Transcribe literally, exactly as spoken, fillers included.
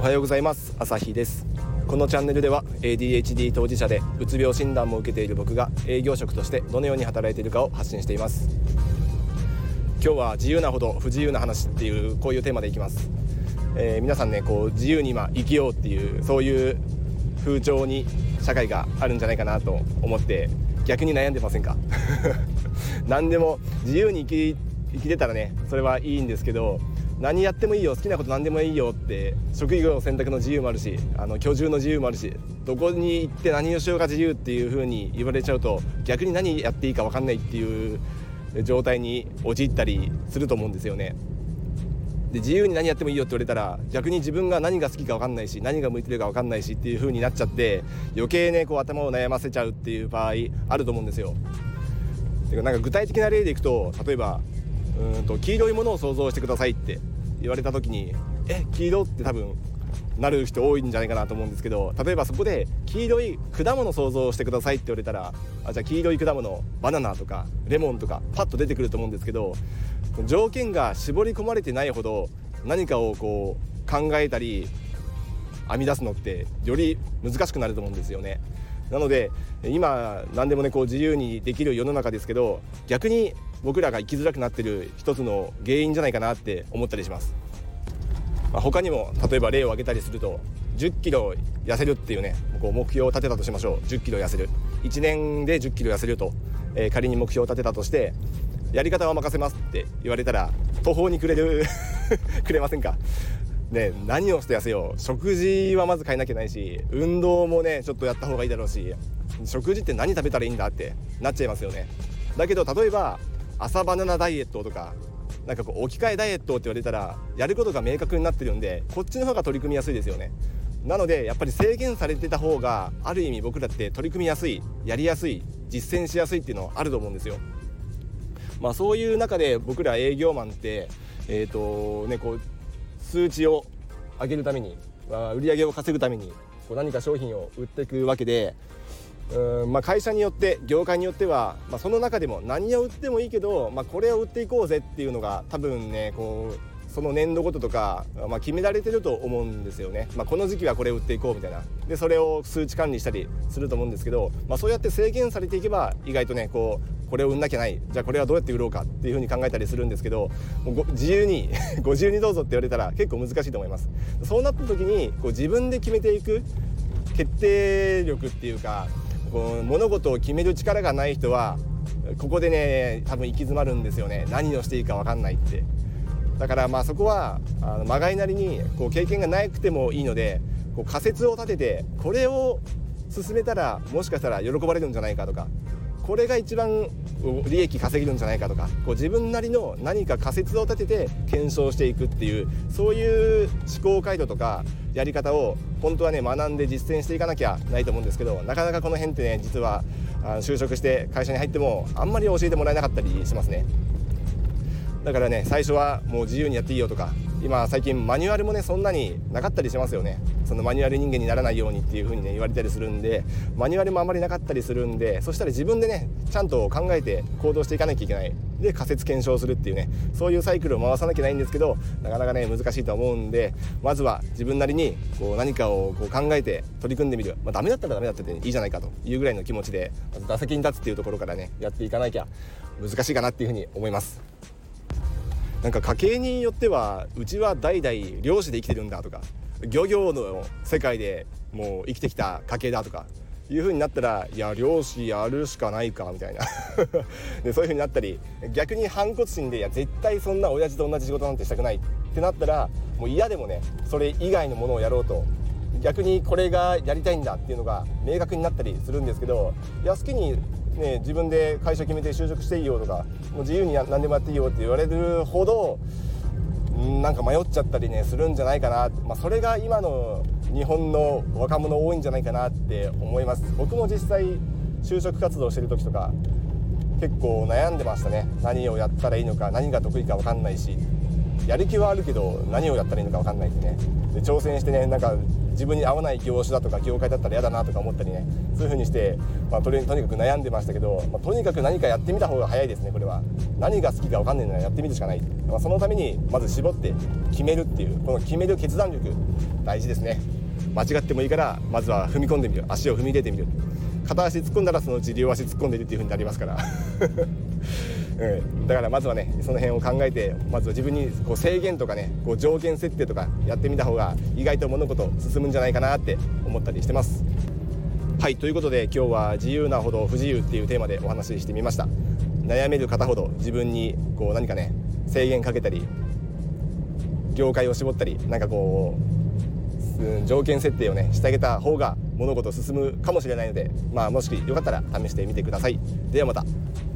おはようございます。朝日です。このチャンネルでは エーディーエイチディー 当事者でうつ病診断も受けている僕が営業職としてどのように働いているかを発信しています。今日は自由なほど不自由な話っていうこういうテーマでいきます。えー、皆さんねこう自由に今生きようっていうそういう風潮に社会があるんじゃないかなと思って逆に悩んでませんか？何でも自由に生き、生きれたらねそれはいいんですけど、何やってもいいよ、好きなこと何でもいいよって、職業選択の自由もあるし、あの居住の自由もあるし、どこに行って何をしようが自由っていう風に言われちゃうと逆に何やっていいか分かんないっていう状態に陥ったりすると思うんですよね。で自由に何やってもいいよって言われたら逆に自分が何が好きか分かんないし何が向いてるか分かんないしっていう風になっちゃって余計ねこう頭を悩ませちゃうっていう場合あると思うんですよ。てかなんか具体的な例でいくと、例えばうーんと黄色いものを想像してくださいって言われた時にえ黄色って多分なる人多いんじゃないかなと思うんですけど、例えばそこで黄色い果物を想像してくださいって言われたら、あじゃあ黄色い果物バナナとかレモンとかパッと出てくると思うんですけど、条件が絞り込まれてないほど何かをこう考えたり編み出すのってより難しくなると思うんですよね。なので今何でもねこう自由にできる世の中ですけど、逆に僕らが生きづらくなってる一つの原因じゃないかなって思ったりします。まあ、他にも例えば例を挙げたりするとじゅっキロ痩せるっていうねこう目標を立てたとしましょう。じゅっキロ痩せる、いちねんでじゅっキロ痩せると、えー、仮に目標を立てたとして、やり方は任せますって言われたら途方に暮れるくれませんかね。何をして痩せよう、食事はまず変えなきゃないし、運動もねちょっとやった方がいいだろうし、食事って何食べたらいいんだってなっちゃいますよね。だけど例えば朝バナナダイエットとかなんかこう置き換えダイエットって言われたらやることが明確になってるんでこっちの方が取り組みやすいですよね。なのでやっぱり制限されてた方がある意味僕らって取り組みやすい、やりやすい、実践しやすいっていうのはあると思うんですよ。まあそういう中で僕ら営業マンってえっとねこう数値を上げるために、まあ、売り上げを稼ぐためにこう何か商品を売っていくわけで、うーん、まあ、会社によって業界によっては、まあ、その中でも何を売ってもいいけど、まあ、これを売っていこうぜっていうのが多分ねこうその年度ごととか、まあ、決められてると思うんですよね。まあ、この時期はこれを売っていこうみたいなでそれを数値管理したりすると思うんですけど、まあ、そうやって制限されていけば意外とねこうこれを売んなきゃない、じゃあこれはどうやって売ろうかっていう風に考えたりするんですけど、もうご自由にご自由にどうぞって言われたら結構難しいと思います。そうなった時にこう自分で決めていく決定力っていうかこう物事を決める力がない人はここでね多分行き詰まるんですよね。何をしていいか分かんないって。だからまあそこはあのまがいなりにこう経験がなくてもいいのでこう仮説を立ててこれを進めたらもしかしたら喜ばれるんじゃないかとか、これが一番利益稼げるんじゃないかとか、こう自分なりの何か仮説を立てて検証していくっていうそういう思考回路とかやり方を本当はね学んで実践していかなきゃないと思うんですけど、なかなかこの辺ってね実はあの就職して会社に入ってもあんまり教えてもらえなかったりしますね。だからね最初はもう自由にやっていいよとか、今最近マニュアルもねそんなになかったりしますよね。そのマニュアル人間にならないようにっていう風にね言われたりするんで、マニュアルもあまりなかったりするんで、そしたら自分でねちゃんと考えて行動していかなきゃいけない、で仮説検証するっていうねそういうサイクルを回さなきゃないんですけど、なかなかね難しいと思うんで、まずは自分なりにこう何かをこう考えて取り組んでみる、まあ、ダメだったらダメだったっていいじゃないかというぐらいの気持ちでまず打席に立つっていうところからねやっていかなきゃ難しいかなっていう風に思います。なんか家計によってはうちは代々漁師で生きてるんだとか、漁業の世界でもう生きてきた家系だとかいう風になったら、いや漁師やるしかないかみたいなでそういう風になったり、逆に反骨心でいや絶対そんな親父と同じ仕事なんてしたくないってなったらもう嫌でもねそれ以外のものをやろうと、逆にこれがやりたいんだっていうのが明確になったりするんですけど、いや好きにね、自分で会社決めて就職していいよとかもう自由に何でもやっていいよって言われるほどなんか迷っちゃったりねするんじゃないかな、まあ、それが今の日本の若者多いんじゃないかなって思います。僕も実際就職活動してる時とか結構悩んでましたね。何をやったらいいのか、何が得意か分かんないし、やる気はあるけど何をやったらいいのか分かんないってね。で挑戦してねなんか自分に合わない業種だとか業界だったら嫌だなとか思ったりね、そういう風にして、まあ、とに、とにかく悩んでましたけど、まあ、とにかく何かやってみた方が早いですね。これは何が好きか分かんないのはやってみるしかない、まあ、そのためにまず絞って決めるっていうこの決める決断力、 大事ですね。間違ってもいいからまずは踏み込んでみる、足を踏み入れてみる。片足突っ込んだらそのうち両足突っ込んでるっていう風になりますからうん、だからまずはねその辺を考えて、まずは自分にこう制限とかねこう条件設定とかやってみた方が意外と物事進むんじゃないかなって思ったりしてます。はい、ということで今日は自由なほど不自由っていうテーマでお話ししてみました。悩める方ほど自分にこう何かね制限かけたり業界を絞ったりなんかこう、うん、条件設定をねしてあげた方が物事進むかもしれないので、まあ、もしよかったら試してみてください。ではまた。